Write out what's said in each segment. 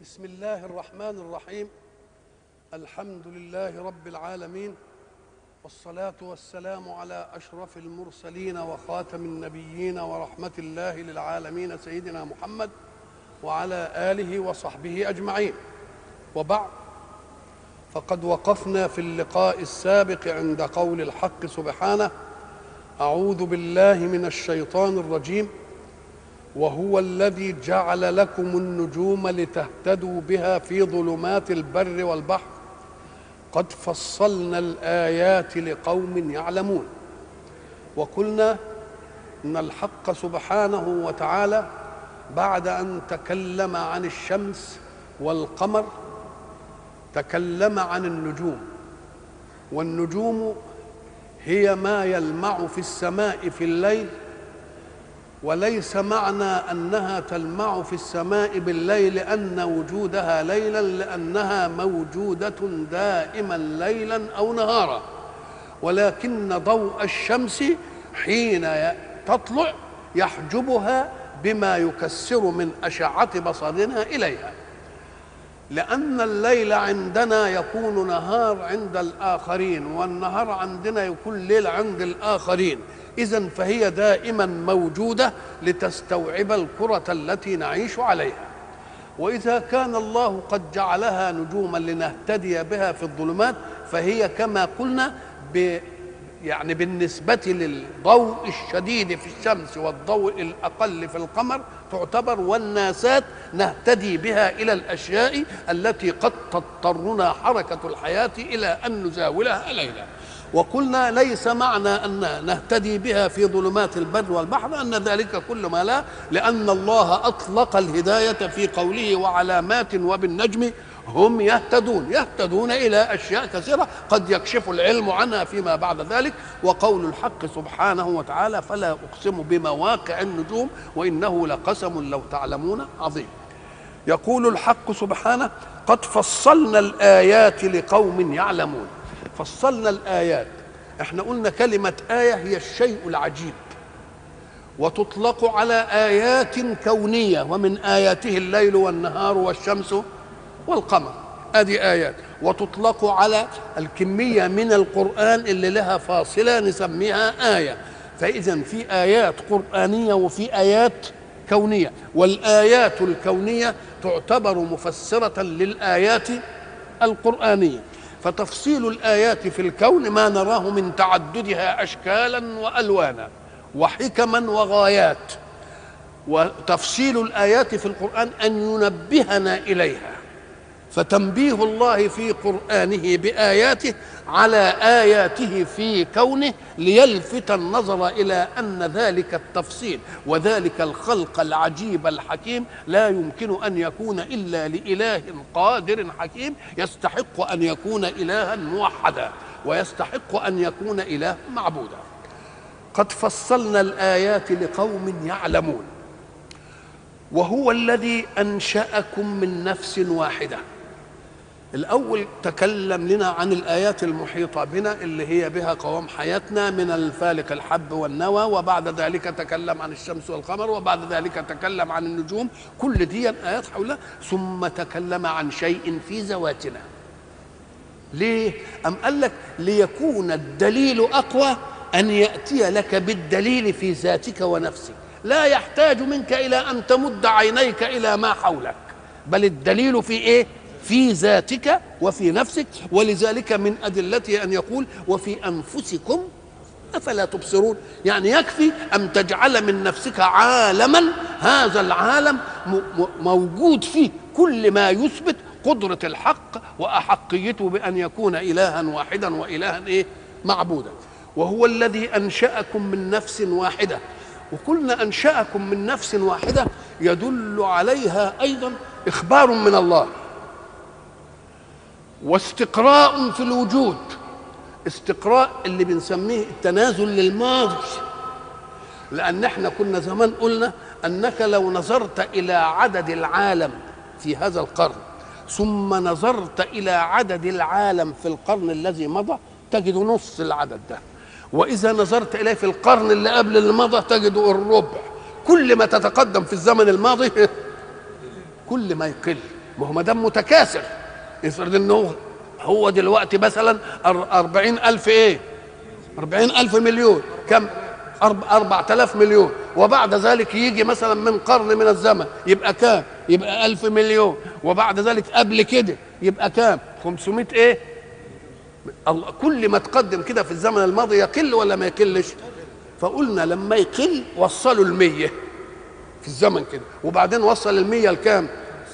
بسم الله الرحمن الرحيم. الحمد لله رب العالمين، والصلاة والسلام على أشرف المرسلين وخاتم النبيين ورحمة الله للعالمين سيدنا محمد وعلى آله وصحبه أجمعين. وبعد، فقد وقفنا في اللقاء السابق عند قول الحق سبحانه: أعوذ بالله من الشيطان الرجيم، وهو الذي جعل لكم النجوم لتهتدوا بها في ظلمات البر والبحر قد فصلنا الآيات لقوم يعلمون. وقلنا إن الحق سبحانه وتعالى بعد أن تكلم عن الشمس والقمر تكلم عن النجوم، والنجوم هي ما يلمع في السماء في الليل، وليس معنى أنها تلمع في السماء بالليل أن وجودها ليلا، لأنها موجودة دائما ليلا أو نهارا، ولكن ضوء الشمس حين تطلع يحجبها بما يكسر من أشعة بصرنا إليها، لأن الليل عندنا يكون نهار عند الآخرين، والنهار عندنا يكون ليل عند الآخرين. إذن فهي دائما موجودة لتستوعب الكرة التي نعيش عليها. وإذا كان الله قد جعلها نجوما لنهتدي بها في الظلمات، فهي كما قلنا يعني بالنسبة للضوء الشديد في الشمس والضوء الأقل في القمر تعتبر والناسات نهتدي بها إلى الأشياء التي قد تضطرنا حركة الحياة إلى أن نزاولها ليلا. وقلنا ليس معنى أن نهتدي بها في ظلمات البر والبحر أن ذلك كل ما لا، لأن الله أطلق الهداية في قوله: وعلامات وبالنجم هم يهتدون إلى أشياء كثيرة قد يكشف العلم عنها فيما بعد ذلك. وقول الحق سبحانه وتعالى: فلا أقسم بمواقع النجوم وإنه لقسم لو تعلمون عظيم. يقول الحق سبحانه: قد فصلنا الآيات لقوم يعلمون. فصلنا الآيات، احنا قلنا كلمة آية هي الشيء العجيب، وتطلق على آيات كونية، ومن آياته الليل والنهار والشمس والقمر، هذه آيات. وتطلق على الكمية من القرآن اللي لها فاصلة نسميها آية. فإذا في آيات قرآنية وفي آيات كونية، والآيات الكونية تعتبر مفسرة للآيات القرآنية. فتفصيل الآيات في الكون ما نراه من تعددها أشكالا وألوانا وحكما وغايات، وتفصيل الآيات في القرآن أن ينبهنا إليها. فتنبيه الله في قرآنه بآياته على آياته في كونه ليلفت النظر إلى أن ذلك التفصيل وذلك الخلق العجيب الحكيم لا يمكن أن يكون إلا لإله قادر حكيم يستحق أن يكون إلها موحدا ويستحق أن يكون إله معبودا. قد فصلنا الآيات لقوم يعلمون. وهو الذي أنشأكم من نفس واحدة. الأول تكلم لنا عن الآيات المحيطة بنا اللي هي بها قوام حياتنا من الفالق الحب والنوى، وبعد ذلك تكلم عن الشمس والقمر، وبعد ذلك تكلم عن النجوم، كل دي آيات حولها. ثم تكلم عن شيء في ذواتنا. ليه؟ أم قال لك ليكون الدليل أقوى أن يأتي لك بالدليل في ذاتك ونفسك، لا يحتاج منك إلى أن تمد عينيك إلى ما حولك، بل الدليل في إيه؟ في ذاتك وفي نفسك. ولذلك من أدلته أن يقول: وفي أنفسكم أفلا تبصرون. يعني يكفي أن تجعل من نفسك عالما، هذا العالم موجود فيه كل ما يثبت قدرة الحق وأحقيته بأن يكون إلها واحدا وإلها إيه؟ معبودا. وهو الذي أنشأكم من نفس واحدة. وقلنا أنشأكم من نفس واحدة يدل عليها أيضا إخبار من الله واستقراء في الوجود. استقراء اللي بنسميه التنازل للماضي، لأن احنا كنا زمان قلنا أنك لو نظرت إلى عدد العالم في هذا القرن ثم نظرت إلى عدد العالم في القرن الذي مضى تجد نص العدد ده، وإذا نظرت إليه في القرن اللي قبل اللي مضى تجد الربع. كل ما تتقدم في الزمن الماضي كل ما يقل. ما دام متكاثر، افرض انه هو دلوقتي مثلا 40,000 ايه 40,000 مليون، كم 4,000 مليون، وبعد ذلك يجي مثلا من قرن من الزمن يبقى كام؟ يبقى 1000 مليون، وبعد ذلك قبل كده يبقى كام؟ 500 ايه. الله كل ما تقدم كده في الزمن الماضي يقل ولا ما يقلش؟ فقلنا لما يقل وصلوا ال100 في الزمن كده، وبعدين وصل ال100 لكام؟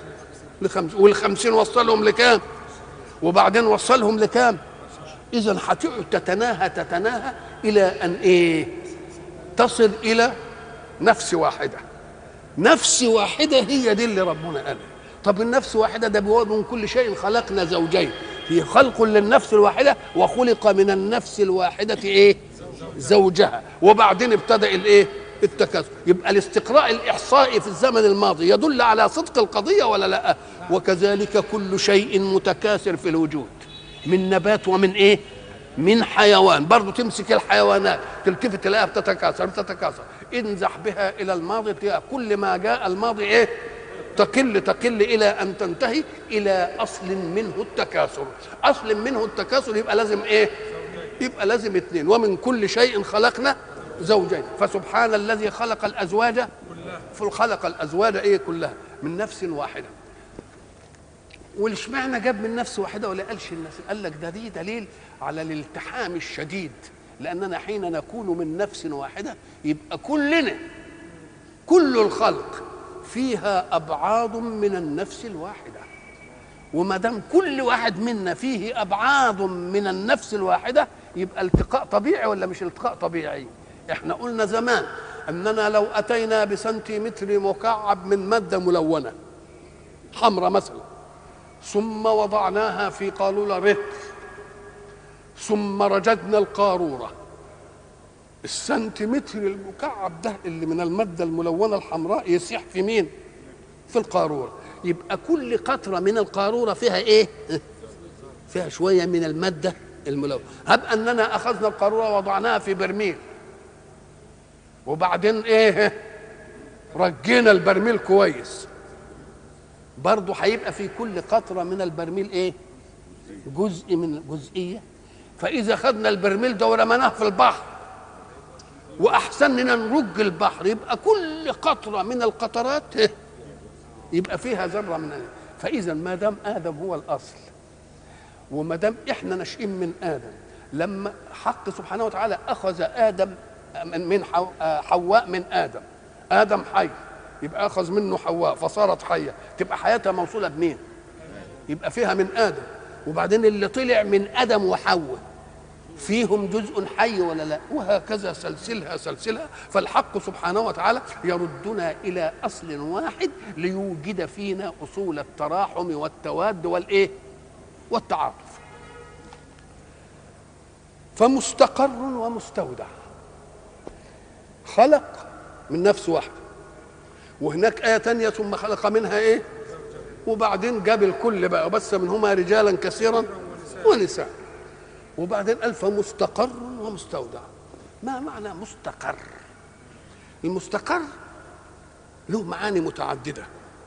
وال50 وصلهم لكام؟ وبعدين وصلهم لكام؟ إذا هتقعد تتناهى إلى أن إيه؟ تصل إلى نفس واحدة. نفس واحدة هي دي اللي ربنا قالها. طب النفس واحدة ده بيقول من كل شيء خلقنا زوجين، في خلق للنفس الواحدة، وخلق من النفس الواحدة إيه؟ زوجها، وبعدين ابتدأ الإيه؟ التكاثر. يبقى الاستقراء الإحصائي في الزمن الماضي يدل على صدق القضية ولا لا؟ وكذلك كل شيء متكاثر في الوجود، من نبات ومن ايه؟ من حيوان. برضو تمسك الحيوانات تلتفت تلاقيها بتتكاثر، انزح بها الى الماضي تلاقيها كل ما جاء الماضي ايه؟ تقل الى ان تنتهي الى اصل منه التكاثر. اصل منه التكاثر يبقى لازم ايه؟ يبقى لازم اثنين. ومن كل شيء خلقنا زوجين، فسبحان الذي خلق الازواج، خلق الازواج ايه؟ كلها من نفس واحده. والاشمعنى جاب من نفس واحده ولا قالش الناس؟ قال لك ده دي دليل على الالتحام الشديد، لاننا حين نكون من نفس واحده يبقى كلنا كل الخلق فيها ابعاد من النفس الواحده، وما دام كل واحد منا فيه ابعاد من النفس الواحده يبقى التقاء طبيعي ولا مش التقاء طبيعي؟ احنا قلنا زمان اننا لو اتينا بسنتيمتر مكعب من ماده ملونه حمراء مثلا، ثم وضعناها في قارورة رتر، ثم رجدنا القارورة، السنتيمتر المكعب ده اللي من المادة الملونة الحمراء يسيح في مين؟ في القارورة. يبقى كل قطرة من القارورة فيها ايه؟ فيها شوية من المادة الملونة. هب أننا أخذنا القارورة ووضعناها في برميل، وبعدين ايه؟ رجينا البرميل كويس، برضه هيبقى في كل قطره من البرميل ايه؟ جزء من جزئيه. فاذا خدنا البرميل ده ورميناه في البحر واحسننا نرج البحر يبقى كل قطره من القطرات يبقى فيها ذره من. فاذا ما دام ادم هو الاصل، وما دام احنا ناشئين من ادم، لما حق سبحانه وتعالى اخذ ادم من حواء من ادم حي، يبقى اخذ منه حواء فصارت حيه، تبقى حياتها موصوله بمين؟ يبقى فيها من ادم، وبعدين اللي طلع من ادم وحواء فيهم جزء حي ولا لا؟ وهكذا سلسلها. فالحق سبحانه وتعالى يردنا الى اصل واحد ليوجد فينا اصول التراحم والتواد والايه؟ والتعاطف. فمستقر ومستودع، خلق من نفس واحده، وهناك آية تانية ثم خلق منها إيه؟ وبعدين جاب الكل بقى، وبث منهما رجالا كثيرا ونساء، وبعدين قال فمستقر ومستودع. ما معنى مستقر؟ المستقر له معاني متعددة،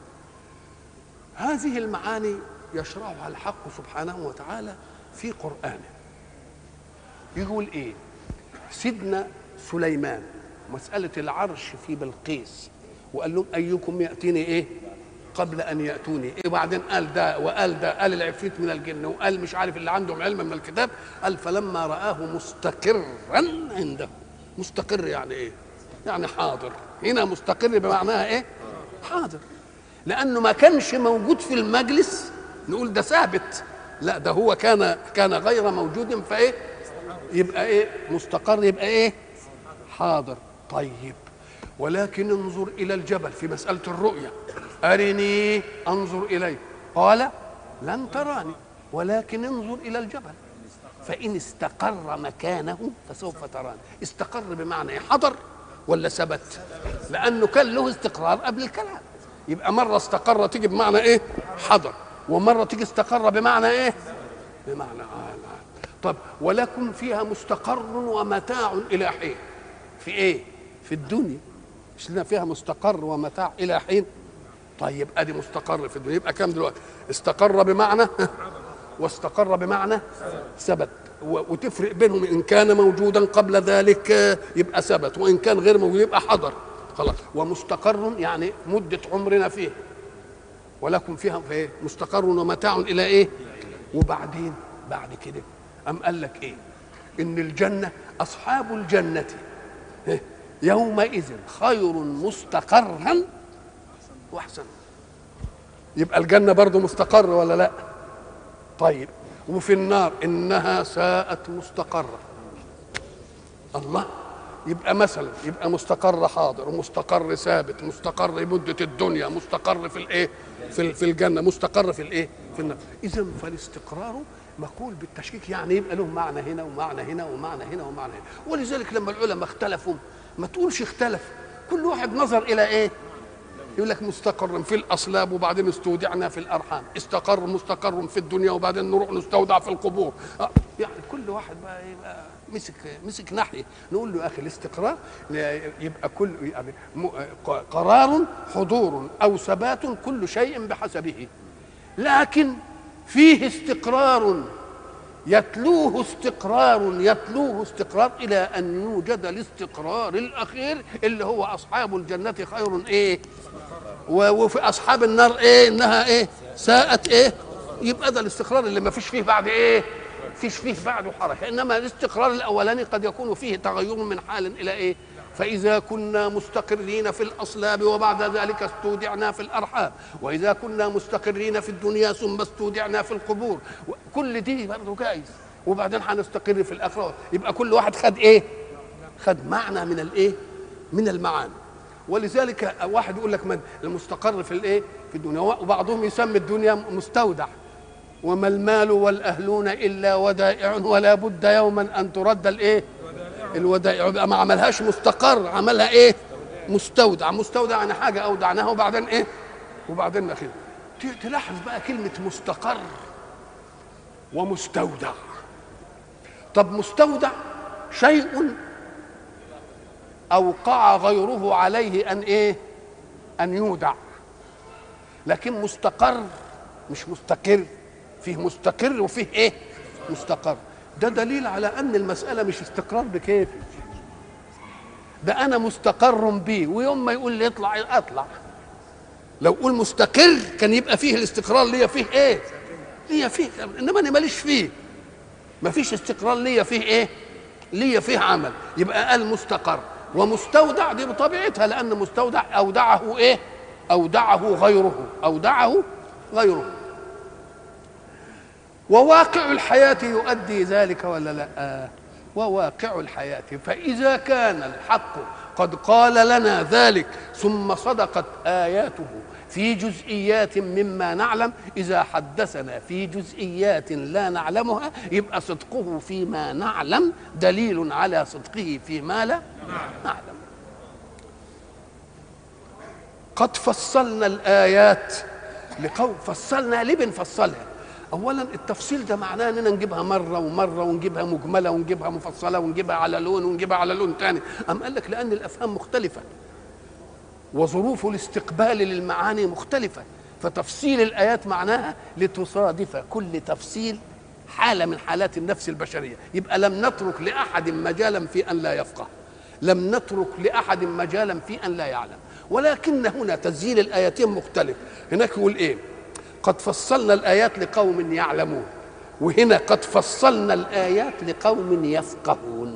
هذه المعاني يشرحها الحق سبحانه وتعالى في قرآنه. يقول إيه؟ سيدنا سليمان مسألة العرش في بلقيس، وقال لهم ايكم ياتيني ايه قبل ان ياتوني ايه، وبعدين قال ده وقال ده، قال العفريت من الجن، وقال مش عارف اللي عندهم علم من الكتاب، قال فلما رآه مستقرا عنده. مستقر يعني ايه؟ يعني حاضر. هنا مستقر بمعناها ايه؟ حاضر، لانه ما كانش موجود في المجلس نقول ده ثابت، لا ده هو كان غير موجود، فايه يبقى ايه؟ مستقر، يبقى ايه؟ حاضر. طيب ولكن انظر إلى الجبل في مسألة الرؤية، أرني أنظر إليه، قال لن تراني ولكن انظر إلى الجبل فإن استقر مكانه فسوف تراني. استقر بمعنى حضر ولا ثبت؟ لأنه كان له استقرار قبل الكلام. يبقى مرة استقر تيجي بمعنى إيه؟ حضر، ومرة تيجي استقر بمعنى إيه؟ بمعنى طب ولكم فيها مستقر ومتاع إلى حين. في إيه؟ في الدنيا مش لنا فيها مستقر ومتاع إلى حين؟ طيب ادي مستقر في الدنيا، يبقى كام دلوقتي؟ استقر بمعنى واستقر بمعنى ثبت. وتفرق بينهم، ان كان موجودا قبل ذلك يبقى ثبت، وان كان غير موجود يبقى حضر خلاص. ومستقر يعني مده عمرنا فيه، ولكم فيها في ايه؟ مستقر ومتاع الى ايه؟ وبعدين بعد كده قام قال لك ايه؟ ان الجنه اصحاب الجنه يومئذ خير مستقرا واحسن. يبقى الجنه برضو مستقر ولا لا؟ طيب وفي النار انها ساءت مستقره. الله، يبقى مثلا يبقى مستقر حاضر ومستقر ثابت، مستقر مده الدنيا، مستقر في الايه؟ في الجنه، مستقر في الايه؟ في النار. اذا فالاستقرار مقول بالتشكيك، يعني يبقى له معنى هنا ومعنى هنا ومعنى هنا ومعنى هنا. ولذلك لما العلماء اختلفوا ما تقولش اختلف، كل واحد نظر الى ايه؟ يقول لك مستقر في الاصلاب وبعدين استودعنا في الارحام، استقر مستقر في الدنيا وبعدين نروح نستودع في القبور. يعني كل واحد بقى يبقى مسك ناحيه. نقول له يا اخي الاستقرار يبقى كل يعني قرار حضور او ثبات كل شيء بحسبه، لكن فيه استقرار يتلوه استقرار الى ان يوجد الاستقرار الاخير اللي هو اصحاب الجنه خير ايه؟ وفي اصحاب النار ايه؟ انها ايه؟ ساءت ايه؟ يبقى ده الاستقرار اللي ما فيش فيه بعد ايه؟ فيش فيه بعده حركه. انما الاستقرار الاولاني قد يكون فيه تغير من حال الى ايه؟ فإذا كنا مستقرين في الأصلاب وبعد ذلك استودعنا في الأرحام، وإذا كنا مستقرين في الدنيا ثم استودعنا في القبور، كل دي برضه جائز. وبعدين هنستقر في الآخرة. يبقى كل واحد خد إيه؟ خد معنى من الإيه؟ من المعاني. ولذلك واحد يقول لك من المستقر في الإيه؟ في الدنيا، وبعضهم يسمي الدنيا مستودع. وما المال والأهلون إلا ودائع ولا بد يوما أن ترد الإيه؟ الودائع. يبقى ما عملهاش مستقر، عملها ايه؟ مستودع. مستودع يعني حاجه اودعناها وبعدين ايه؟ وبعدين ناخدها. تلاحظ بقى كلمه مستقر ومستودع. طب مستودع شيء اوقع غيره عليه ان ايه؟ ان يودع. لكن مستقر مش مستقر، فيه مستقر وفيه ايه؟ مستقر. ده دليل على ان المساله مش استقرار بكيفي، ده انا مستقر بيه، ويوم ما يقول لي اطلع اطلع. لو قول مستقر كان يبقى فيه الاستقرار ليا فيه ايه؟ ليا فيه، انما انا ماليش فيه، ما فيش استقرار ليا فيه ايه؟ ليا فيه عمل. يبقى قال مستقر. ومستودع دي بطبيعتها، لان مستودع اودعه ايه؟ اودعه غيره. وواقع الحياة يؤدي ذلك ولا لا؟ وواقع الحياة. فإذا كان الحق قد قال لنا ذلك ثم صدقت آياته في جزئيات مما نعلم، إذا حدثنا في جزئيات لا نعلمها يبقى صدقه فيما نعلم دليل على صدقه فيما لا نعلم. قد فصلنا الآيات لقوم. فصلنا ليه بنفصلها؟ اولا التفصيل ده معناه اننا نجيبها مره ومره، ونجيبها مجمله ونجيبها مفصله ونجيبها على لون ونجيبها على لون تاني. قال لك لان الافهام مختلفه وظروف الاستقبال للمعاني مختلفه، فتفصيل الايات معناها لتصادف كل تفصيل حاله من حالات النفس البشريه. يبقى لم نترك لاحد مجالا في ان لا يفقه، لم نترك لاحد مجالا في ان لا يعلم. ولكن هنا تسجيل الايتين مختلف. هناك يقول ايه؟ قد فصلنا الآيات لقوم يعلمون، وهنا قد فصلنا الآيات لقوم يفقهون.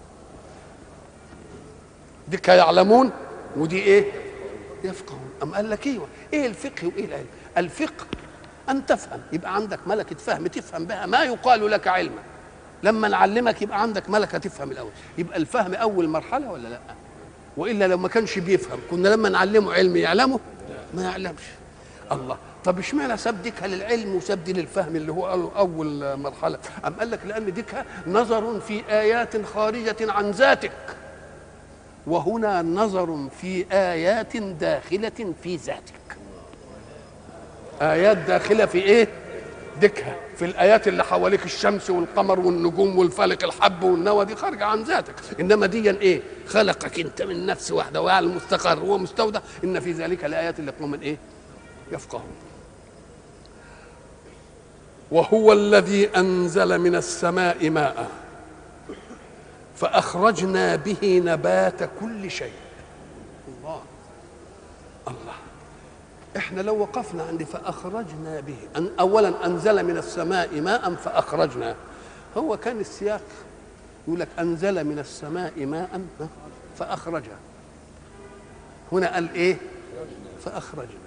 دي يعلمون ودي ايه؟ يفقهون. قال لك ايه الفقه وايه العلم؟ الفقه ان تفهم، يبقى عندك ملكة فهم تفهم بها ما يقال لك علما. لما نعلمك يبقى عندك ملكة تفهم الاول. يبقى الفهم اول مرحلة ولا لا؟ والا لو ما كانش بيفهم كنا لما نعلمه علم يعلمه؟ ما يعلمش. الله، طب اشمعنى ساب ديكها للعلم وساب دي للفهم اللي هو اول مرحله؟ قال لك لان ديكها نظر في ايات خارجه عن ذاتك، وهنا نظر في ايات داخله في ذاتك. ايات داخله في ايه؟ ديكها في الايات اللي حواليك، الشمس والقمر والنجوم والفلك الحب والنوى، دي خارجه عن ذاتك. انما دي ايه؟ خلقك انت من نفس واحده، وعلى المستقر ومستودع. ان في ذلك الايات لقوم ايه؟ يفقهون. وهو الذي أنزل من السماء ماء فأخرجنا به نبات كل شيء. الله الله. احنا لو وقفنا عند فأخرجنا به أولا أنزل من السماء ماء فأخرجنا، هو كان السياق يقول لك أنزل من السماء ماء فأخرج، هنا قال إيه؟ فأخرجنا.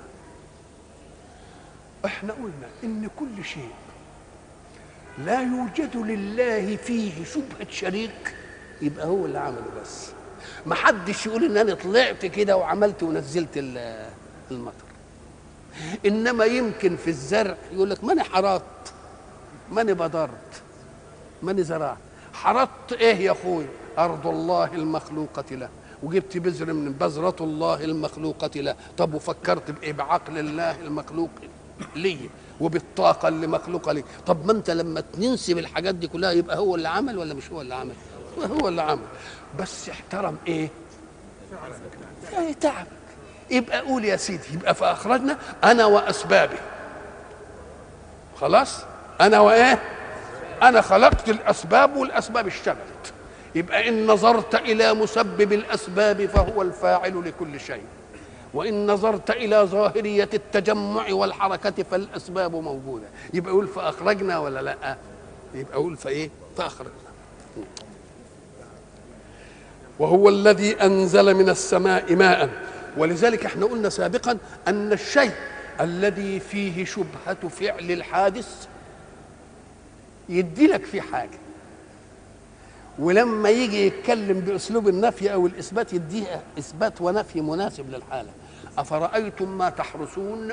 احنا قلنا إن كل شيء لا يوجد لله فيه شبهة شريك يبقى هو اللي عمله بس. ما حدش يقول ان انا طلعت كده وعملت ونزلت المطر. انما يمكن في الزرع يقول لك ماني حرطت، ماني بذرت، ماني زرعت. حرطت ايه يا اخوي؟ ارض الله المخلوقة له، وجبت بذر من بذرة الله المخلوقة له. طب وفكرت بايه؟ بعقل الله المخلوق لي وبالطاقة اللي مخلوقة لي. طب ما انت لما تنسب الحاجات دي كلها يبقى هو اللي عمل ولا مش هو اللي عمل؟ هو اللي عمل، بس احترم ايه؟ ايه تعب. يبقى قول يا سيدي، يبقى فأخرجنا أنا وأسبابي. خلاص؟ أنا وإيه؟ أنا خلقت الأسباب والأسباب اشتغلت. يبقى إن نظرت إلى مسبب الأسباب فهو الفاعل لكل شيء، وإن نظرت إلى ظاهرية التجمع والحركة فالأسباب موجودة. يبقى يقول فأخرجنا ولا لا؟ يبقى يقول فإيه؟ فأخرجنا. وهو الذي أنزل من السماء ماء. ولذلك احنا قلنا سابقا أن الشيء الذي فيه شبهة فعل الحادث يدي لك فيه حاجة، ولما يجي يتكلم بأسلوب النفي أو الإثبات يديها إثبات ونفي مناسب للحالة. أفرأيتم ما تحرثون؟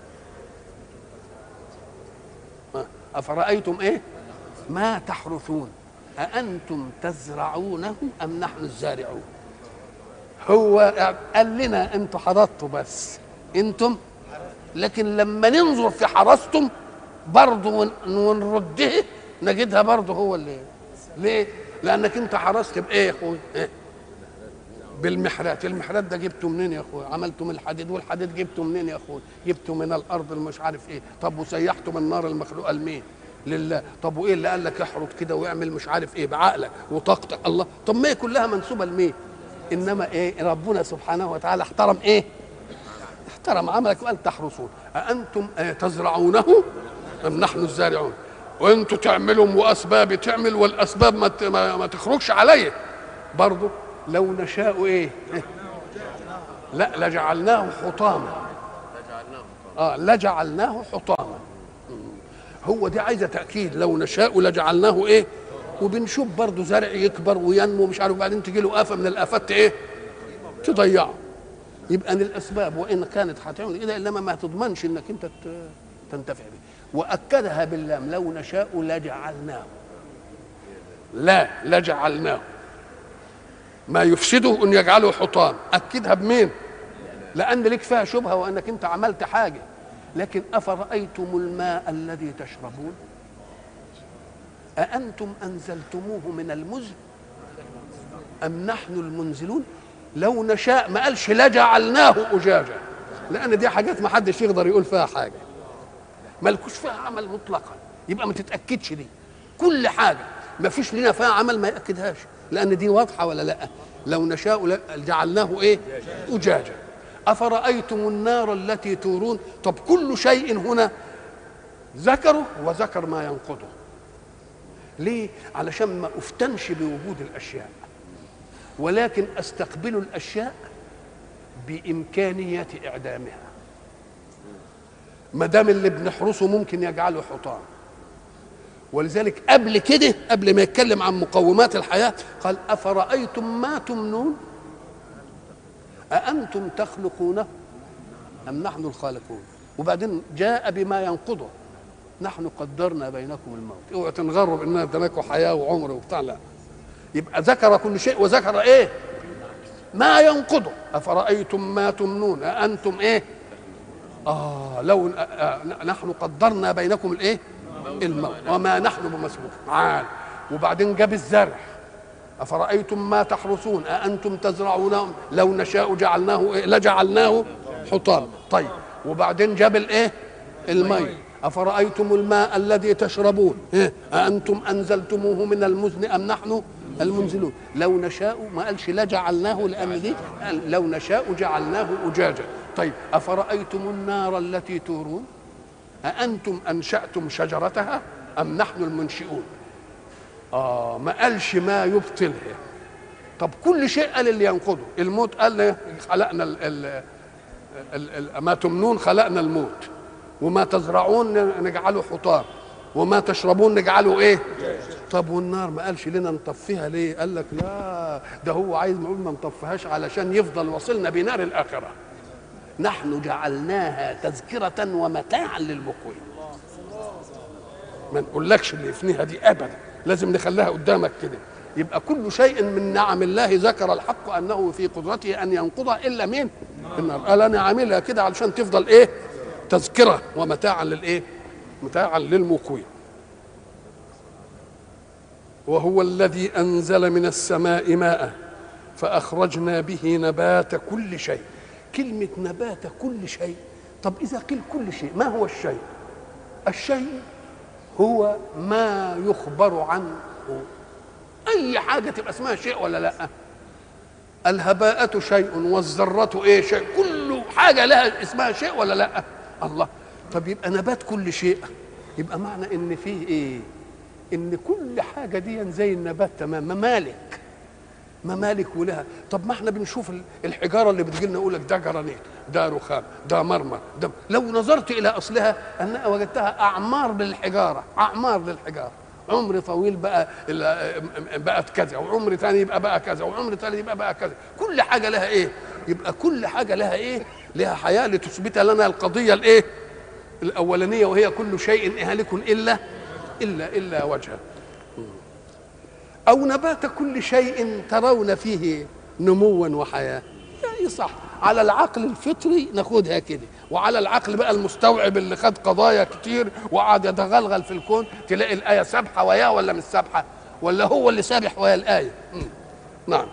أفرأيتم إيه؟ ما تحرثون أأنتم تزرعونه أم نحن الزارعون؟ هو قال لنا أنتم حرثتوا بس أنتم، لكن لما ننظر في حرثتم برضه ونرده نجدها برضه هو اللي. ليه؟ لأنك أنت حرثت بإيه يا أخوي؟ إيه؟ بالمحرات. المحرات ده جبته منين يا أخوي؟ عملته من الحديد، والحديد جبته منين يا أخوي؟ جبته من الأرض المش عارف إيه. طب وسيحته من النار المخلوقة لمين؟ لله. طب وايه اللي قال لك احرط كده واعمل مش عارف ايه بعقلك وطاقتك؟ الله. طب ما هي كلها منسوبه لمين؟ انما ايه؟ ربنا سبحانه وتعالى احترم ايه؟ احترم عملك وقال تحرثون. أأنتم تزرعونه ام نحن الزارعون؟ وانتوا تعملوا واسباب تعمل والاسباب ما تخرجش عليه برضه. لو نشاء ايه؟ لا لجعلناه حطاما. لجعلناه حطاما. هو دي عايزه تاكيد. لو نشاء لجعلناه ايه؟ وبنشوف برضه زرع يكبر وينمو مش عارف، وبعدين تجي له آفة من الآفات ايه؟ تضيعه. يبقى ان الاسباب وان كانت هتعمل كده انما ما تضمنش انك انت تنتفع به. واكدها باللام لو نشاء لجعلناه. لا لجعلناه ما يفسده ان يجعله حطام. اكدها بمين؟ لان لك فيها شبهه وانك انت عملت حاجه. لكن أفرأيتم الماء الذي تشربون أأنتم أنزلتموه من المزن أم نحن المنزلون؟ لو نشاء ما قالش لجعلناه أجاجا، لأن دي حاجات ما حدش يقدر يقول فيها حاجة، مالكوش فيها عمل مطلقا. يبقى ما تتأكدش دي. كل حاجة ما فيش لنا فيها عمل ما يأكدهاش، لأن دي واضحة ولا لا؟ لو نشاء جعلناه إيه؟ أجاجا. أفرأيتم النار التي تورون؟ طب كل شيء هنا ذكره وذكر ما ينقضه. ليه؟ علشان ما أفتنش بوجود الأشياء، ولكن أستقبل الأشياء بإمكانية إعدامها. ما دام اللي بنحرسه ممكن يجعله حطام. ولذلك قبل كده، قبل ما يتكلم عن مقومات الحياة قال أفرأيتم ما تمنون أأنتم تخلقونه أم نحن الخالقون؟ وبعدين جاء بما ينقضه نحن قدرنا بينكم الموت. اوعوا تنغروا بأننا اديناكم حياة وعمر وبتاع، لا. يبقى ذكر كل شيء وذكر ايه؟ ما ينقضه. أفرأيتم ما تمنون أأنتم ايه؟ لو نحن قدرنا بينكم الايه؟ الموت وما نحن بمسبوق. وبعدين جاب الزرع أفرأيتم ما تحرثون أأنتم تزرعونه لو نشاء جعلناه إيه؟ لجعلناه حطام. طيب وبعدين جاب الايه؟ الماء. افرايتم الماء الذي تشربون اانتم انزلتموه من المزن ام نحن المنزلون لو نشاء، ما قالش لا جعلناه لان دي، قال لو نشاء جعلناه اجاجا. طيب افرايتم النار التي تورون اانتم انشاتم شجرتها ام نحن المنشئون؟ ما قالش ما يبطلها. طب كل شيء قال اللي ينقضه. الموت قال خلقنا ما تمنون خلقنا الموت، وما تزرعون نجعله حطام، وما تشربون نجعله ايه؟ طب والنار ما قالش لنا نطفيها ليه؟ قال لك لا، ده هو عايز نقول ما نطفيهاش علشان يفضل وصلنا بنار الاخره. نحن جعلناها تذكرة ومتاعا للمقوين. ما نقولكش اللي يفنيها دي ابدا، لازم نخليها قدامك كده. يبقى كل شيء من نعم الله ذكر الحق انه في قدرته ان ينقضها الا مين؟ النار. قال انا عاملها كده علشان تفضل ايه؟ تذكره ومتاعا للايه؟ متاعا للمقوين. وهو الذي انزل من السماء ماء فاخرجنا به نبات كل شيء. كلمه نبات كل شيء، طب اذا قيل كل شيء ما هو الشيء؟ الشيء هو ما يخبر عنه. اي حاجه تبقى اسمها شيء ولا لا؟ الهباءة شيء والذرة ايه؟ شيء. كل حاجه لها اسمها شيء ولا لا؟ الله. طب يبقى نبات كل شيء، يبقى معنى ان فيه ايه؟ ان كل حاجه دي زي النبات تمام، ممالك ولها. طب ما احنا بنشوف الحجاره اللي بتجي لنا يقول لك ده جرانيت، ده رخام، ده مرمر، ده لو نظرت الى اصلها انها وجدتها اعمار للحجاره، عمر طويل بقت كذا، وعمر ثاني يبقى بقى كذا، وعمر ثاني يبقى بقى كذا. كل حاجه لها ايه؟ يبقى كل حاجه لها ايه؟ لها حياه لتثبت لنا القضيه الايه؟ الاولانيه، وهي كل شيء هالك الا وجهه. او نبات كل شيء ترون فيه نموا وحياه. يعني صح، على العقل الفطري ناخدها كده، وعلى العقل بقى المستوعب اللي خد قضايا كتير وقعد يتغلغل في الكون تلاقي الايه سابحه وياه ولا مش سابحه، ولا هو اللي سابح ويا الايه. نعم.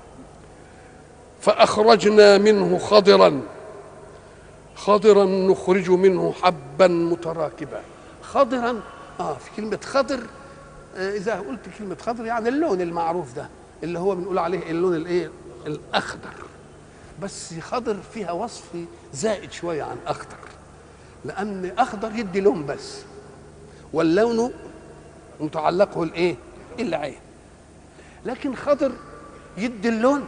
فاخرجنا منه خضرا نخرج منه حبا متراكبا. خضرا، في كلمه خضر، اذا قلت كلمه خضر يعني اللون المعروف ده اللي هو بنقول عليه اللون الايه؟ الاخضر. بس خضر فيها وصف زائد شويه عن اخضر، لان اخضر يدي لون بس، واللون متعلقه الايه؟ العين. لكن خضر يدي اللون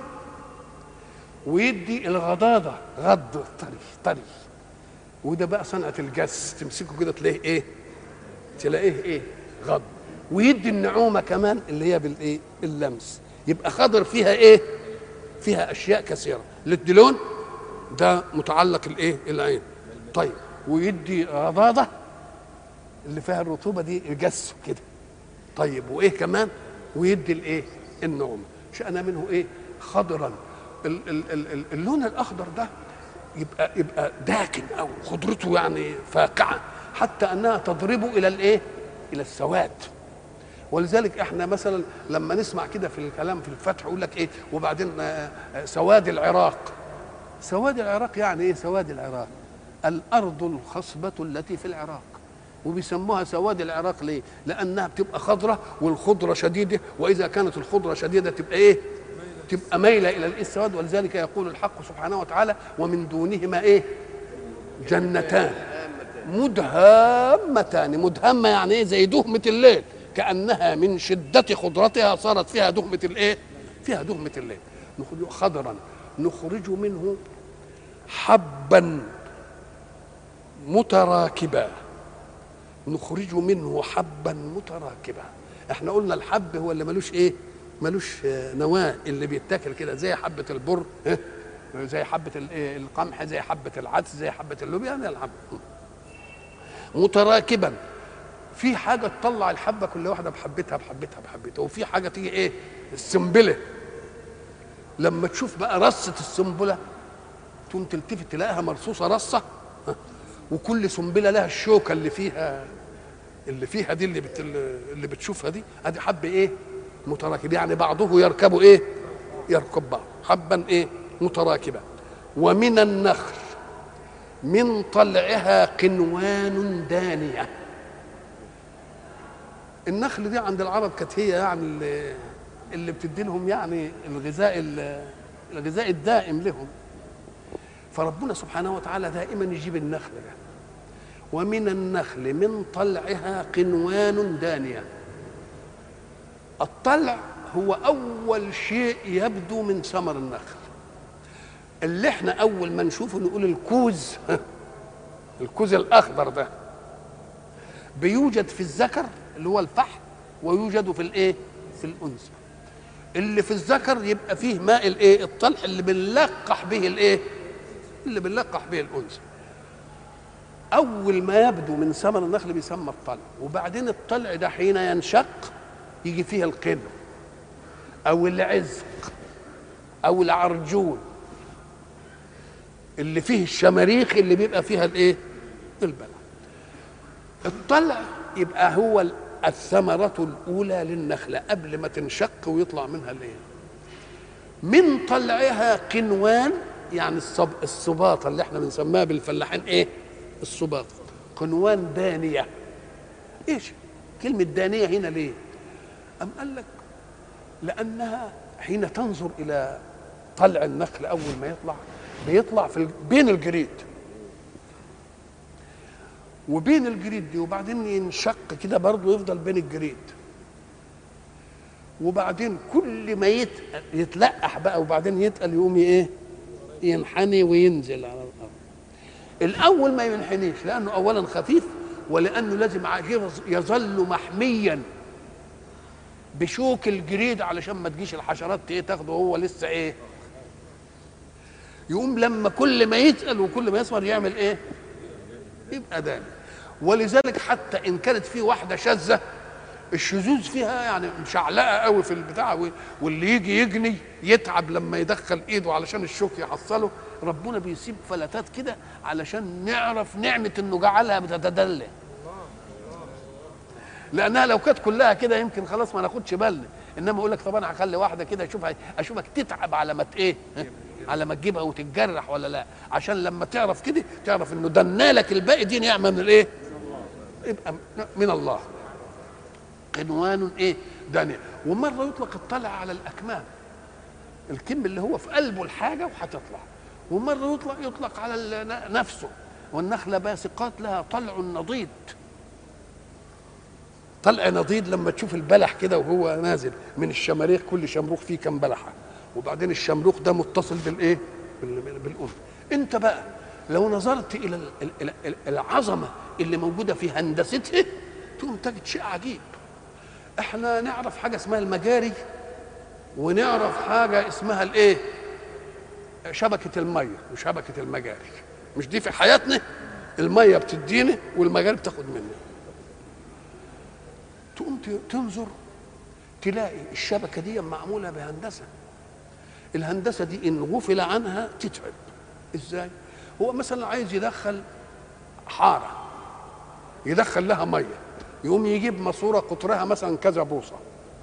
ويدي الغضاضه، غض طري. وده بقى صنعه الجس، تمسكه كده تلاقيه ايه؟ غض. ويدي النعومه كمان اللي هي بالايه؟ اللمس. يبقى خضر فيها ايه؟ فيها اشياء كثيره. يدي لون، ده متعلق الايه؟ العين. طيب، ويدي رضاضه اللي فيها الرطوبه دي الجس كده. طيب، وايه كمان؟ ويدي الايه؟ النعومه. شأن منه ايه؟ خضرا. اللون الاخضر ده يبقى داكن او خضرته يعني فاقعه، حتى انها تضرب الى الايه؟ الى السواد. ولذلك احنا مثلا لما نسمع كده في الكلام في الفتح يقول لك ايه؟ وبعدين سواد العراق. سواد العراق يعني ايه؟ سواد العراق الارض الخصبه التي في العراق. وبيسموها سواد العراق ليه؟ لانها بتبقى خضره والخضره شديده، واذا كانت الخضره شديده تبقى ايه؟ تبقى مايله الى السواد. ولذلك يقول الحق سبحانه وتعالى: ومن دونهما ايه؟ جنتان مدهامتان. مدهمه يعني ايه؟ زي دهمه الليل، كأنها من شدة خضرتها صارت فيها دهمة الايه؟ فيها دهمة الليل. خضرا نخرج منه حبا متراكبا. نخرج منه حبا متراكبا. احنا قلنا الحب هو اللي ملوش ايه؟ ملوش نواه، اللي بيتاكل كده زي حبة البر، زي حبة القمح، زي حبة العدس، زي حبة اللوبيا. يعني الحب متراكبا. في حاجه تطلع الحبه كل واحده بحبتها، وفي حاجه تيجي ايه؟ السنبله. لما تشوف بقى رصه السنبله تقوم تلتفت تلاقيها مرصوصه رصه، وكل سنبله لها الشوكه اللي فيها دي اللي بتشوفها دي. ادي حب ايه؟ متراكب. يعني بعضه يركب ايه؟ يركب بعض. حبا ايه؟ متراكبا. ومن النخل من طلعها قنوان دانية. النخل دي عند العرب كانت هي يعني اللي بتدي لهم يعني الغذاء الدائم لهم. فربنا سبحانه وتعالى دائما يجيب النخل ده. ومن النخل من طلعها قنوان دانية. الطلع هو أول شيء يبدو من ثمر النخل، اللي احنا أول ما نشوفه نقول الكوز. الكوز الأخضر ده بيوجد في الذكر اللي هو الفحم، ويوجد في الايه؟ في الأنثى. اللي في الذكر يبقى فيه ماء الايه؟ الطلح اللي بنلقح به الايه؟ اللي بنلقح به الأنثى. أول ما يبدو من ثمر النخل بيسمى الطلع. وبعدين الطلع ده حين ينشق يجي فيها القدر أو العزق أو العرجون اللي فيه الشماريخ اللي بيبقى فيها الايه؟ البلع. الطلع يبقى هو الثمرة الأولى للنخلة قبل ما تنشق ويطلع منها الايه؟ من طلعها قنوان، يعني الصباطة اللي احنا بنسميها بالفلاحين ايه؟ الصباطة. قنوان دانية. ايش كلمة دانية هنا ليه؟ أم قال لك لأنها حين تنظر إلى طلع النخل أول ما بيطلع بين الجريد، وبين الجريد دي وبعدين ينشق كده برضه يفضل بين الجريد، وبعدين كل ما يتلقح بقى وبعدين يتقل يقوم ايه؟ ينحني وينزل على الارض. الاول ما ينحنيش لانه اولا خفيف، ولانه لازم يظل محميا بشوك الجريد علشان ما تجيش الحشرات تاخده وهو لسه ايه؟ يقوم لما كل ما يتقل وكل ما يصغر يعمل ايه؟ يبقى داني. ولذلك حتى ان كانت في واحده شاذه الشذوذ فيها يعني مشعلقه قوي في البتاع، واللي يجي يجني يتعب لما يدخل ايده علشان الشوك يحصله، ربنا بيسيب فلتات كده علشان نعرف نعمه انه جعلها بتتدلى. لانها لو كانت كلها كده يمكن خلاص ما ناخدش بالنا، انما اقول لك طب انا هخلي واحده كده اشوفك تتعب على ما ايه؟ على ما تجيبها وتتجرح ولا لا، عشان لما تعرف كده تعرف انه دنالك الباقي دي نعمه من الايه؟ يبقى من الله. قنوان ايه؟ دانية. ومره يطلق الطلع على الاكمام، الكم اللي هو في قلبه الحاجه وهتطلع. ومره يطلق على نفسه. والنخله باسقات لها طلع نضيد. طلع نضيد لما تشوف البلح كده وهو نازل من الشماريخ، كل شمروخ فيه كم بلحه، وبعدين الشمروخ ده متصل بالايه؟ بالام. انت بقى لو نظرت الى العظمه اللي موجوده في هندستها تقوم تجد شيء عجيب. احنا نعرف حاجه اسمها المجاري، ونعرف حاجه اسمها الايه؟ شبكه الميه وشبكه المجاري. مش دي في حياتنا؟ الميه بتدينا والمجاري بتاخد مننا. تقوم تنظر تلاقي الشبكه دي معموله بهندسه. الهندسه دي ان غفل عنها تتعب. ازاي؟ هو مثلا عايز يدخل حاره، يدخل لها ميه، يقوم يجيب ماسوره قطرها مثلا كذا بوصه،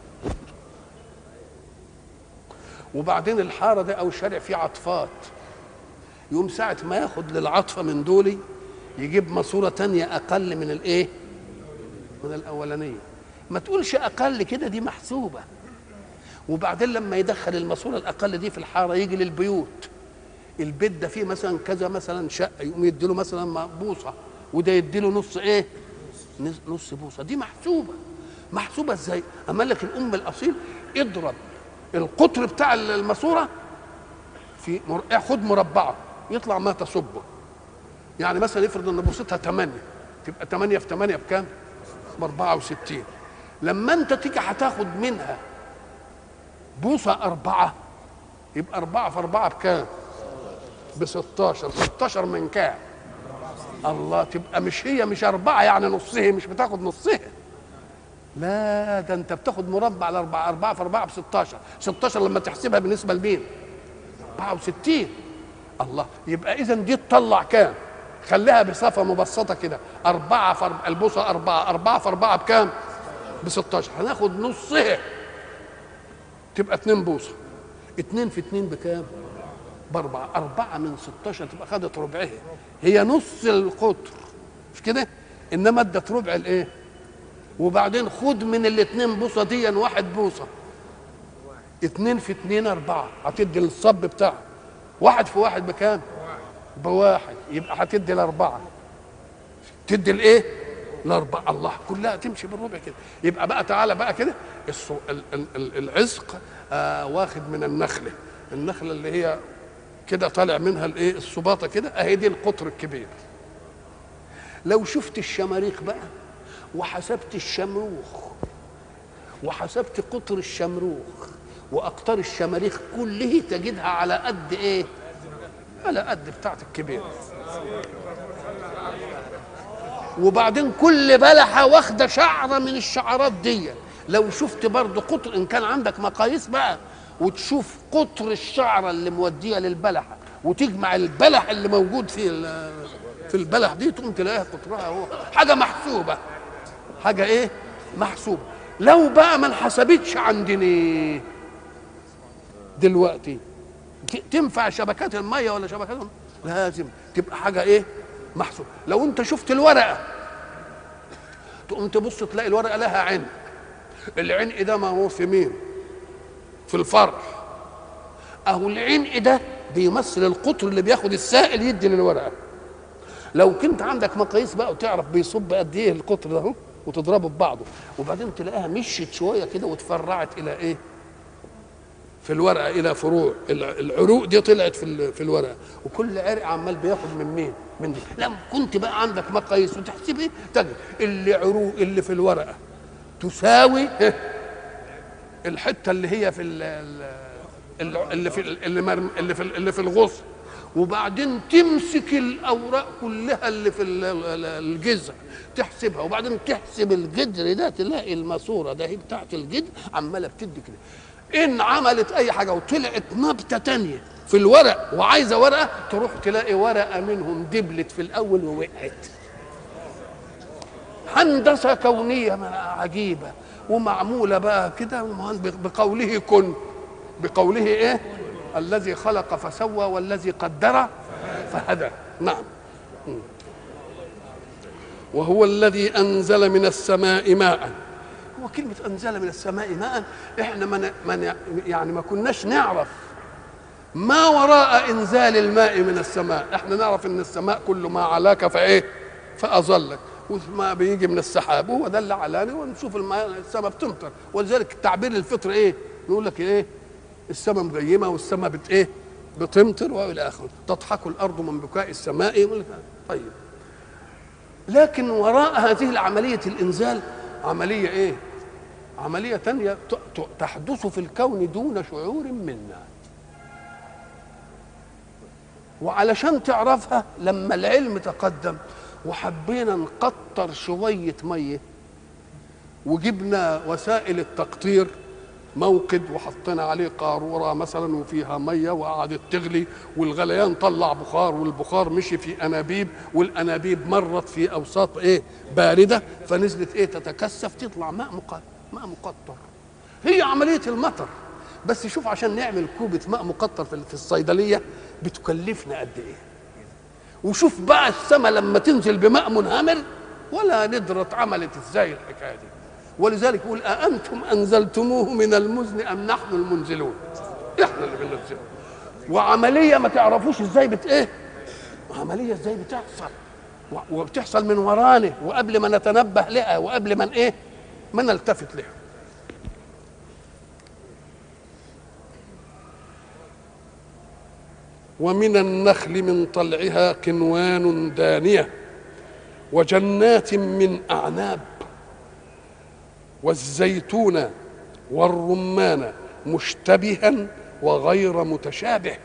وبعدين الحاره ده او الشارع فيه عطفات، يقوم ساعه ما ياخد للعطفه من دولي يجيب ماسوره تانية اقل من الايه؟ من الاولانيه. ما تقولش اقل كده، دي محسوبه. وبعدين لما يدخل الماسوره الاقل دي في الحاره يجي للبيوت، البيت ده فيه مثلا كذا مثلا شقه، يقوم يديله مثلا بوصه، وده يديله نص ايه؟ نص بوصه. دي محسوبه ازاي؟ اما لك الام الاصيل اضرب القطر بتاع الماسوره في خد مربعه يطلع ما تصبه. يعني مثلا يفرض ان بوصتها 8، تبقى 8 في 8 بكام؟ ب 64. لما انت تيجي هتاخد منها بوصه 4، يبقى 4 في 4 بكام؟ ب 16. 16 من كام؟ الله. تبقى مش 4 يعني نصها، مش بتاخد نصها، لا ده انت بتاخد مربع الاربعه. 4 في 4 ب 16. 16 لما تحسبها بالنسبه لمين؟ 64. الله. يبقى اذا دي تطلع كام؟ خليها بصفه مبسطه كده، 4 في 4 البوصه 4. 4 في 4 بكام؟ ب 16. هناخد نصها تبقى 2 بوصه. 2 في 2 بكام؟ باربعه، 4 من 16 تبقى خدت ربعها، هي نص القطر مش كده؟ انما ادت ربع الايه؟ وبعدين خد من الاثنين بوصه دي 1 بوصه، 2 في 2 4، هتدي الصب بتاعها 1 في 1 بكام؟ بواحد، يبقى هتدي الاربعه، تدي الايه؟ الاربعه. الله، كلها تمشي بالربع كده. يبقى بقى تعالى بقى كده، العزق واخد من النخله اللي هي كده طالع منها الايه؟ السباطه كده، اهي دي القطر الكبير. لو شفت الشماريخ بقى وحسبت الشمروخ وحسبت قطر الشمروخ واقطار الشماريخ كله، تجدها على قد ايه؟ على قد بتاعت الكبير. وبعدين كل بلحه واخده شعره من الشعرات دي. لو شفت برضه قطر، ان كان عندك مقاييس بقى، وتشوف قطر الشعره اللي موديه للبلحه وتجمع البلح اللي موجود في البلح دي، تقوم تلاقيها قطرها هو حاجه محسوبه. حاجه ايه؟ محسوبه. لو بقى ما انحسبتش عندنا دلوقتي، تنفع شبكات الميه ولا شبكات؟ لازم تبقى حاجه ايه؟ محسوب. لو انت شفت الورقه تقوم تبص تلاقي الورقه لها عين، العين ده ما هو في مين؟ في الفرع. اهو العين ده بيمثل القطر اللي بياخد السائل يدي للورقه. لو كنت عندك مقاييس بقى وتعرف بيصب قد ايه القطر ده اهو، وتضربه ببعضه، وبعدين تلاقيها مشيت شويه كده وتفرعت الى ايه؟ في الورقه الى فروع. العروق دي طلعت في الورقه، وكل عرق عمال بياخد من مين؟ من دي. لما كنت بقى عندك مقاييس وتحسب ايه؟ تجد اللي عروق اللي في الورقه تساوي الحته اللي هي في اللي في الغصن، وبعدين تمسك الاوراق كلها اللي في الجذع تحسبها، وبعدين تحسب الجذر ده تلاقي الماسوره ده هي بتاعت الجذر عماله بتدي كده. ان عملت اي حاجه وطلعت نبته تانية في الورق وعايزه ورقه، تروح تلاقي ورقه منهم دبلت في الاول ووقعت. هندسه كونيه عجيبه ومعموله بقى كده بقوله كن، بقوله ايه؟ الذي خلق فسوى والذي قدر فهدى. نعم. وهو الذي انزل من السماء ماء. هو كلمة أنزل من السماء ماء، إحنا ما كناش نعرف ما وراء إنزال الماء من السماء. إحنا نعرف إن السماء كل ما علاك فإيه؟ فأظلك، وما بيجي من السحاب، وهو ده اللي علاني، ونشوف الماء السماء بتمطر. ولذلك التعبير الفطر إيه؟ يقول لك إيه؟ السماء مغيمة والسماء إيه؟ بتمطر وإلى آخره. تضحك الأرض من بكاء السماء. يقول لك طيب، لكن وراء هذه العملية الإنزال عملية ايه؟ عملية تانية تحدث في الكون دون شعور منا. وعلشان تعرفها، لما العلم تقدم وحبينا نقطر شوية مية وجبنا وسائل التقطير، موقد وحطينا عليه قارورة مثلا وفيها مية وقعدت تغلي، والغليان طلع بخار، والبخار مشي في أنابيب، والأنابيب مرت في أوساط ايه؟ باردة، فنزلت ايه؟ تتكثف، تطلع ماء مقطر. هي عملية المطر. بس شوف، عشان نعمل كوبة ماء مقطر في الصيدلية بتكلفنا قد ايه؟ وشوف بقى السماء لما تنزل بماء منهمر ولا ندرة عملت ازاي الحكاية دي. ولذلك يقول أأنتم أنزلتموه من المزن أم نحن المنزلون؟ إحنا اللي بننزله. وعملية ما تعرفوش ازاي ايه؟ عملية ازاي بتحصل، وبتحصل من ورانا وقبل ما نتنبه لها وقبل ما ايه؟ ما نلتفت لها. ومن النخل من طلعها قنوان دانية وجنات من أعناب والزيتون والرمان مشتبها وغير متشابه.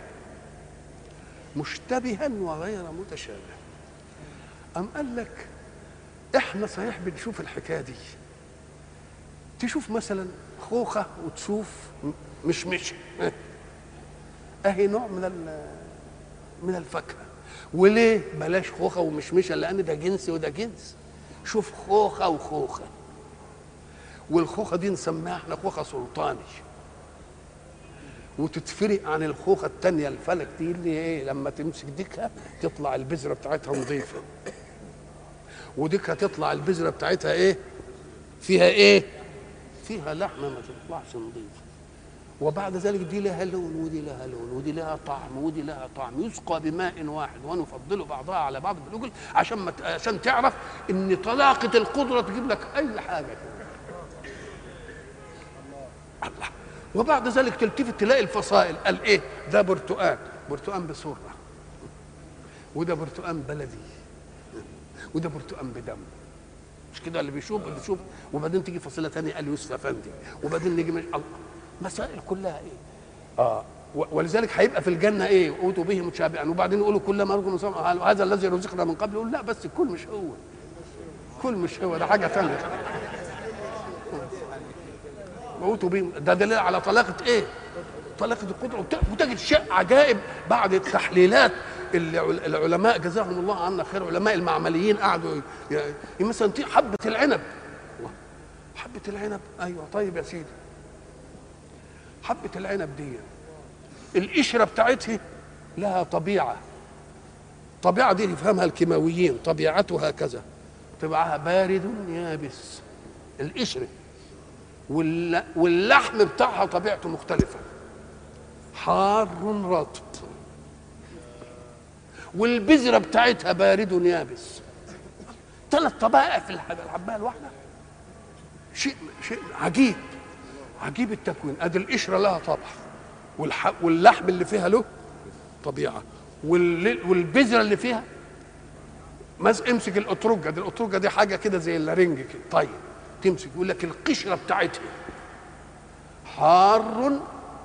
مشتبها وغير متشابه. أم قال لك احنا صحيح بنشوف الحكايه دي، تشوف مثلا خوخه وتشوف مشمشه، اهي نوع من الفاكهه. وليه بلاش خوخه ومشمشه؟ لان ده جنس وده جنس. شوف خوخه وخوخه، والخوخه دي نسميها احنا خوخه سلطاني، وتتفرق عن الخوخه الثانيه الفلك دي اللي ايه لما تمسك ديكها تطلع البذره بتاعتها نظيفه، وديكها تطلع البذره بتاعتها ايه فيها ايه فيها لحمه ما تطلعش نظيفه. وبعد ذلك دي لها لون ودي لها لون ودي لها طعم ودي لها طعم، يسقى بماء واحد ونفضل بعضها على بعض بالاكل عشان تعرف ان طلاقه القدره تجيب لك اي حاجه. الله. وبعد ذلك تلتفت تلاقي الفصائل، قال ايه ده برتقان بسره، وده برتقان بلدي، وده برتقان بدم، مش كده اللي بيشوف. وبعدين تيجي فصيله ثانيه قال يوسف افندي، وبعدين نيجي الله، مسائل كلها ايه ولذلك هيبقى في الجنه ايه اوتوا به متشابها، وبعدين يقولوا كل ما رزقنا هذا الذي رزقنا من قبل، يقول لا بس الكل مش هو، كل مش هو، ده حاجه ثانيه. اوتوا به ده دليل على طلاقه ايه طلاقه القدره. وتجد شيء عجائب بعد التحليلات العلماء جزاهم الله عنا خير، علماء المعمليين قعدوا مثلا حبه العنب، حبه العنب ايوه طيب يا سيدي، حبه العنب دي القشره بتاعتها لها طبيعه دي يفهمها الكيماويين، طبيعتها كذا، طبعها بارد يابس القشره، واللحم بتاعها طبيعته مختلفه، حار رطب، والبذره بتاعتها بارد يابس. 3 طبائع في الحبايه الواحده، شيء عجيب التكوين. ادي القشره لها طبع، واللحم اللي فيها له طبيعه، والبذره اللي فيها امسك الاترجه دي حاجه كده زي اللارنج كده، طيب تمسك يقول لك القشره بتاعتها حار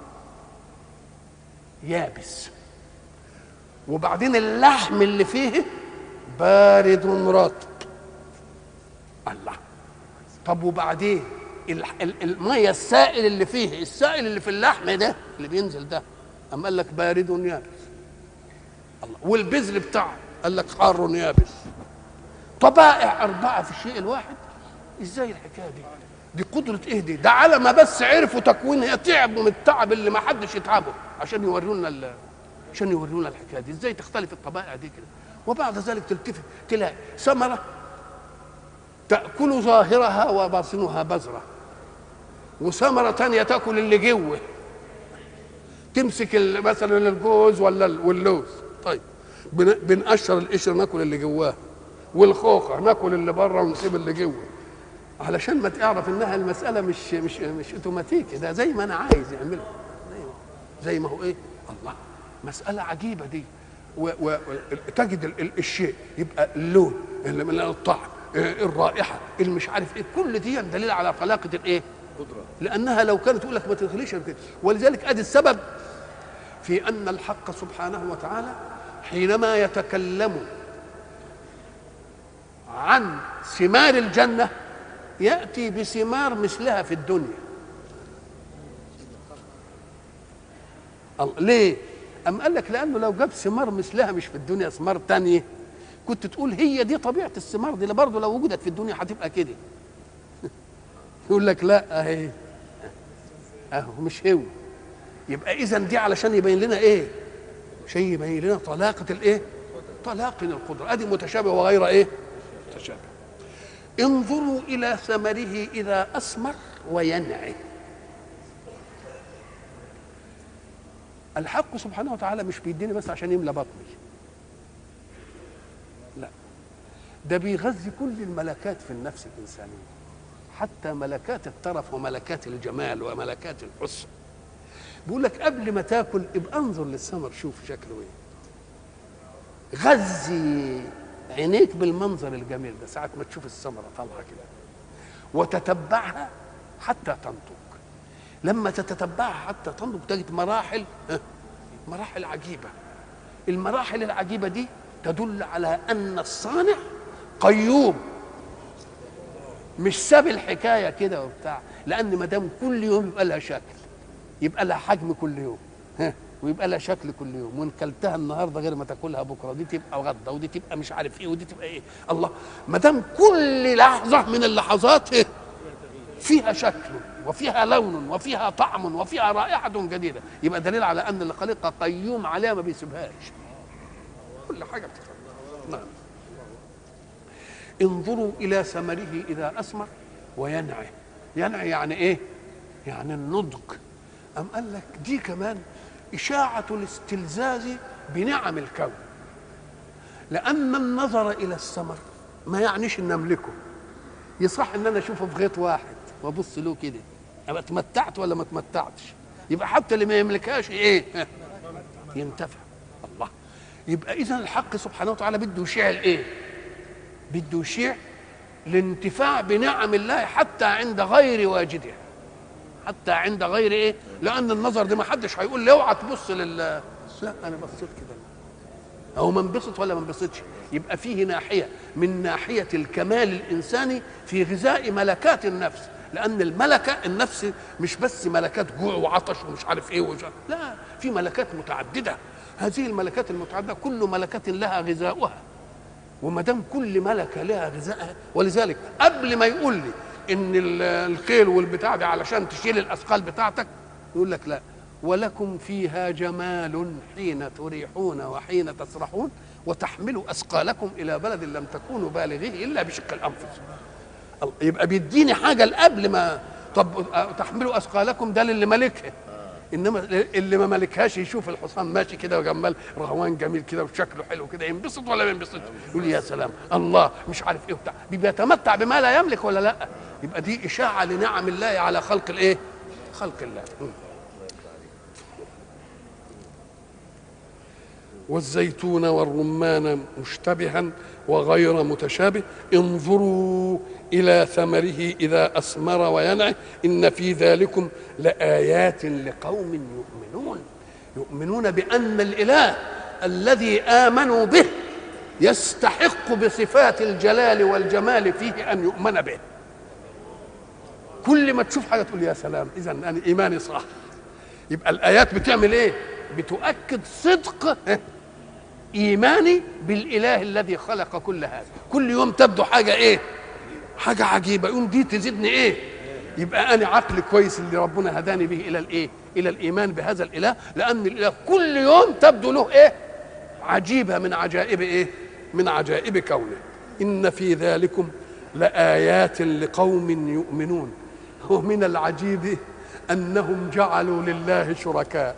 يابس، وبعدين اللحم اللي فيه بارد رطب. الله. طب وبعدين الميه السائل اللي في اللحم ده اللي بينزل ده، اما قال لك بارد يابس. الله. والبذر بتاعه قال لك حار يابس. طبائع 4 في الشيء الواحد، ازاي الحكايه دي قدره ايه ده على ما بس عرفوا تكوينها تعبوا من التعب اللي ما حدش يتعبه عشان يورونا الحكايه دي ازاي تختلف الطبائع دي كده. وبعد ذلك تلتفت تلاقي ثمره تاكل ظاهرها وباطنها بذره، وثمره ثانيه تاكل اللي جوه، تمسك مثلا الجوز واللوز، طيب بنقشر القشر ناكل اللي جواه، والخوخه ناكل اللي بره ونسيب اللي جوه، علشان ما تعرف انها المساله مش اوتوماتيكي، ده زي ما انا عايز يعمله، زي ما هو ايه. الله. مساله عجيبه دي. وتجد الشيء يبقى اللون، الطعم، الرائحه، مش عارف ايه، كل دي دليل على طلاقه الايه قدره، لانها لو كانت تقول لك ما تدخليش كده. ولذلك ادي السبب في ان الحق سبحانه وتعالى حينما يتكلم عن ثمار الجنه ياتي بثمار مثلها في الدنيا. ليه؟ أم قال لك لأنه لو جاب ثمار مثلها مش في الدنيا، ثمار تانية، كنت تقول هي دي طبيعة الثمار دي، برضه لو وجدت في الدنيا هتبقى كده. يقول لك لا اهي اهو مش هو. يبقى إذا دي علشان يبين لنا إيه؟ شيء يبين لنا طلاقة الإيه؟ طلاقة القدرة. أدي متشابه وغير إيه؟ متشابه. انظروا إلى ثمره إذا أثمر وينعي. الحق سبحانه وتعالى مش بيديني بس عشان يملى بطني، لا، ده بيغذي كل الملكات في النفس الإنسانية، حتى ملكات الترف وملكات الجمال وملكات الحسن. بيقول لك قبل ما تاكل ابقى انظر للثمر شوف شكله ايه، غذي عينيك بالمنظر الجميل ده ساعة ما تشوف الثمرة طالعة كده، وتتبعها حتى تنضج. لما تتتبعها حتى تنضج تجد مراحل عجيبة. المراحل العجيبة دي تدل على أن الصانع قيوم، مش ساب الحكاية كده وبتاع، لأن ما دام كل يوم يبقى لها شكل، يبقى لها حجم كل يوم، ويبقى لها شكل كل يوم، وان كلتها النهارده غير ما تاكلها بكره، دي تبقى غدا ودي تبقى مش عارف ايه ودي تبقى ايه. الله. ما دام كل لحظه من اللحظات فيها شكل وفيها لون وفيها طعم وفيها رائحة جديدة، يبقى دليل على أن اللي خلقها قيوم عليها ما بيسيبهاش، كل حاجة بتفعل. نعم. انظروا إلى ثمره إذا أثمر وينعي. ينعي يعني إيه؟ يعني النضج. أم قال لك دي كمان إشاعة الاستلذاذ بنعم الكون، لأن النظر إلى الثمر ما يعنيش إن أملكه. يصح إن أنا أشوفه في غيط واحد وأبص له كده أبقى اتمتعت ولا ما اتمتعتش؟ يبقى حتى اللي ما يملكهاش إيه؟ ينتفع. الله. يبقى إذن الحق سبحانه وتعالى بده يشيع الإيه؟ بده يشيع الانتفاع بنعم الله حتى عند غير واجدها، حتى عند غير ايه؟ لان النظر ده ما حدش هيقول لي اوعى تبص لا انا بصيت كده او ما انبسط ولا ما انبسطش. يبقى فيه ناحيه من ناحيه الكمال الانساني في غذاء ملكات النفس، لان الملكه النفس مش بس ملكات جوع وعطش ومش عارف ايه لا، في ملكات متعدده. هذه الملكات المتعدده كل ملكه لها غذاؤها، وما دام كل ملكه لها غذائها، ولذلك قبل ما يقول لي ان الخيل والبتاع ده علشان تشيل الاثقال بتاعتك، يقول لك لا، ولكم فيها جمال حين تريحون وحين تسرحون وتحملوا اثقالكم الى بلد لم تكونوا بالغيه الا بشق الانفس. يبقى بيديني حاجه قبل ما طب تحملوا اثقالكم ده للي ملكها، انما اللي ما ملكهاش يشوف الحصان ماشي كده وجمال رهوان جميل كده وشكله حلو كده، ينبسط ولا ما ينبسطش؟ يقول يا سلام الله مش عارف ايه وبتاع، بيتمتع بما لا يملك ولا لا؟ يبقى دي اشاعه لنعم الله على خلق الايه؟ خلق الله. والزيتون والرمان مشتبها وغير متشابه انظروا إلى ثمره إذا أثمر وينعه إن في ذلكم لآيات لقوم يؤمنون. يؤمنون بأن الإله الذي آمنوا به يستحق بصفات الجلال والجمال فيه أن يؤمن به. كل ما تشوف حاجة تقول يا سلام، إذا أنا إيماني صح. يبقى الآيات بتعمل إيه؟ بتؤكد صدق إيماني بالإله الذي خلق كل هذا. كل يوم تبدو حاجة إيه؟ حاجة عجيبة، يقوم دي تزيدني إيه؟ يبقى أنا عقل كويس اللي ربنا هداني به إلى الإيه؟ إلى الإيمان بهذا الإله، لأن الإله كل يوم تبدو له إيه؟ عجيبة من عجائب إيه؟ من عجائب كونه. إن في ذلكم لآيات لقوم يؤمنون. ومن العجيب أنهم جعلوا لله شركاء.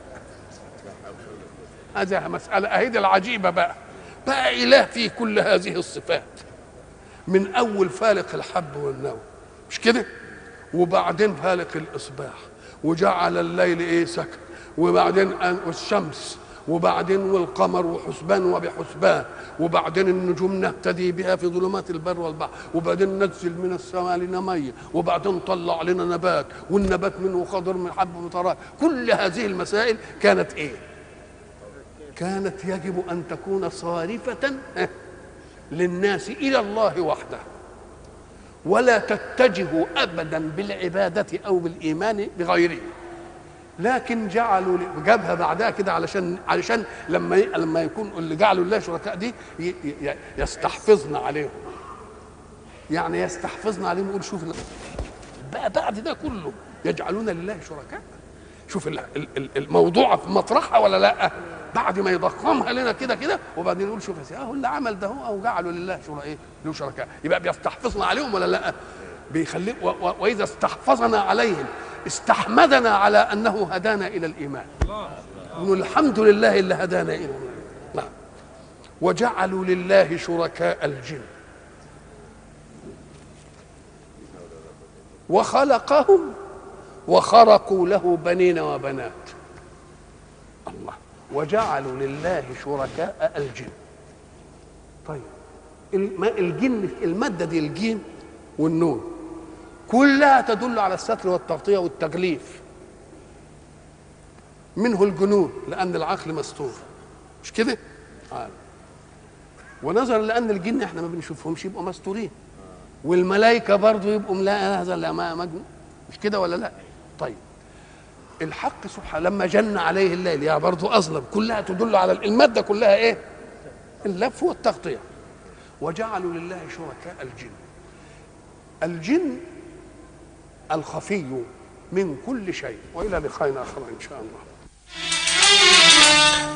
هذه مسألة أهيد العجيبة بقى إله فيه كل هذه الصفات، من أول فالق الحب والنوى مش كده، وبعدين فالق الإصباح، وجعل الليل إيه سكن، وبعدين الشمس، وبعدين والقمر وحسبان وبحسبان، وبعدين النجوم نهتدي بها في ظلمات البر والبحر، وبعدين ننزل من السماء لنا ميه، وبعدين طلع لنا نبات، والنبات منه خضر من حب مطرات. كل هذه المسائل كانت ايه؟ كانت يجب ان تكون صارفة للناس الى الله وحده، ولا تتجه ابدا بالعبادة او بالايمان بغيره. لكن جعلوا جابها بعدها كده علشان لما يكون اللي جعلوا الله شركاء دي يستحفظنا عليهم، يعني يستحفظنا عليهم. يقول شوف بقى بعد ده كله يجعلون لله شركاء. شوف الموضوع في مطرحها ولا لا؟ بعد ما يضخمها لنا كده وبعدين يقول شوف هو اللي عمل ده هو، او جعلوا لله شركاء. يبقى بيستحفظنا عليهم ولا لا؟ بيخليه واذا استحفظنا عليهم استحمدنا على انه هدانا الى الايمان. نقول الحمد لله اللي هدانا الى الايمان. نعم. وجعلوا لله شركاء الجن وخلقهم وخرقوا له بنين وبنات. الله. وجعلوا لله شركاء الجن. طيب الجن، الماده دي الجيم والنون كلها تدل على الستر والتغطيه والتغليف. منه الجنون لان العقل مستور مش كده؟ ونظرا لان الجن احنا ما بنشوفهمش يبقوا مستورين، والملائكه برضه يبقوا لا هذا لا مجنون مش كده ولا لا؟ طيب الحق سبحانه لما جن عليه الليل يا برضه اظلم، كلها تدل على الماده كلها ايه؟ اللف والتغطيه. وجعلوا لله شركاء الجن. الجن الخفي من كل شيء. والى لقاء اخر ان شاء الله.